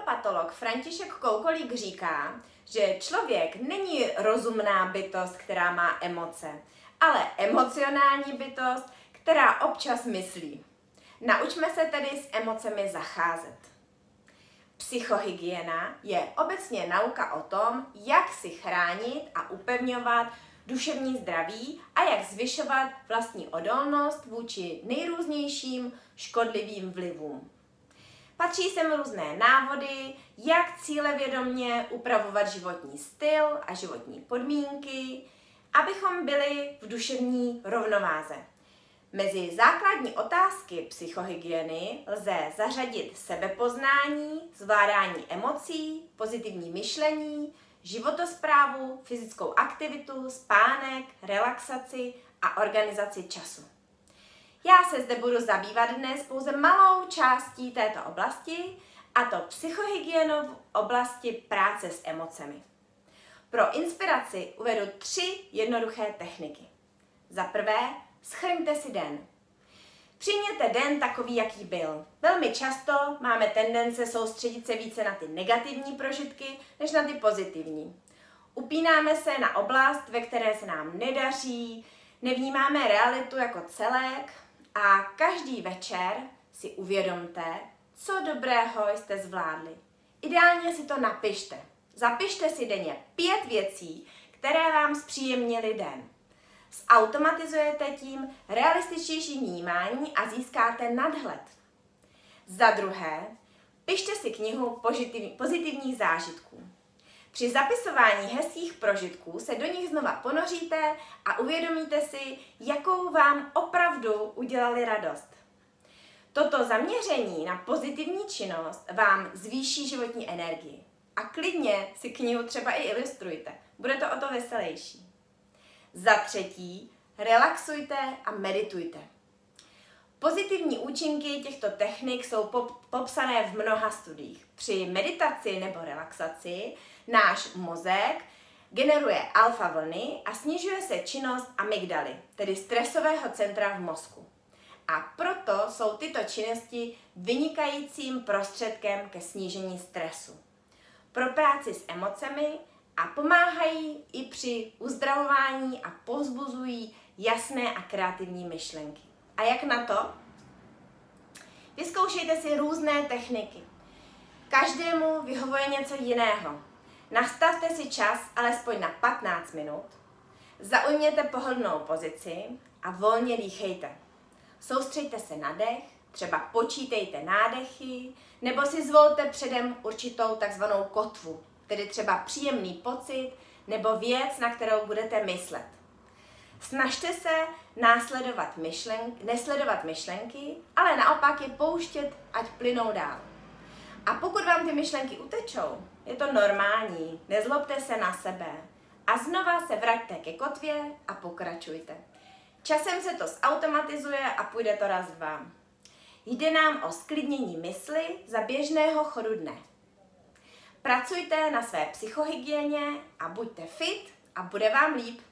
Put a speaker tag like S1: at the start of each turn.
S1: neuropatolog František Koukolík říká, že člověk není rozumná bytost, která má emoce, ale emocionální bytost, která občas myslí. Naučme se tedy s emocemi zacházet. Psychohygiena je obecně nauka o tom, jak si chránit a upevňovat duševní zdraví a jak zvyšovat vlastní odolnost vůči nejrůznějším škodlivým vlivům. Patří sem různé návody, jak cílevědomě upravovat životní styl a životní podmínky, abychom byli v duševní rovnováze. Mezi základní otázky psychohygieny lze zařadit sebepoznání, zvládání emocí, pozitivní myšlení, životosprávu, fyzickou aktivitu, spánek, relaxaci a organizaci času. Já se zde budu zabývat dnes pouze malou částí této oblasti, a to psychohygienou v oblasti práce s emocemi. Pro inspiraci uvedu 3 jednoduché techniky. Za prvé, shrňte si den. Přijměte den takový, jaký byl. Velmi často máme tendence soustředit se více na ty negativní prožitky, než na ty pozitivní. Upínáme se na oblast, ve které se nám nedaří, nevnímáme realitu jako celek a každý večer si uvědomte, co dobrého jste zvládli. Ideálně si to napište. Zapište si denně 5 věcí, které vám zpříjemnily den. Zautomatizujete tím realističtější vnímání a získáte nadhled. Za druhé, pište si knihu pozitivních zážitků. Při zapisování hezkých prožitků se do nich znova ponoříte a uvědomíte si, jakou vám opravdu udělali radost. Toto zaměření na pozitivní činnost vám zvýší životní energii. A klidně si knihu třeba i ilustrujte. Bude to o to veselější. Za třetí, relaxujte a meditujte. Pozitivní účinky těchto technik jsou popsané v mnoha studiích. Při meditaci nebo relaxaci náš mozek generuje alfa vlny a snižuje se činnost amygdaly, tedy stresového centra v mozku. A proto jsou tyto činnosti vynikajícím prostředkem ke snížení stresu. Pro práci s emocemi a pomáhají i při uzdravování a povzbuzují jasné a kreativní myšlenky. A jak na to? Vyzkoušejte si různé techniky. Každému vyhovuje něco jiného. Nastavte si čas alespoň na 15 minut, zaujměte pohodlnou pozici a volně dýchejte. Soustřeďte se na dech, třeba počítejte nádechy, nebo si zvolte předem určitou takzvanou kotvu, tedy třeba příjemný pocit nebo věc, na kterou budete myslet. Snažte se nesledovat myšlenky, ale naopak je pouštět, ať plynou dál. A pokud vám ty myšlenky utečou, je to normální, nezlobte se na sebe a znova se vraťte ke kotvě a pokračujte. Časem se to zautomatizuje a půjde to raz, 2. Jde nám o sklidnění mysli za běžného chodu dne. Pracujte na své psychohygieně a buďte fit a bude vám líp.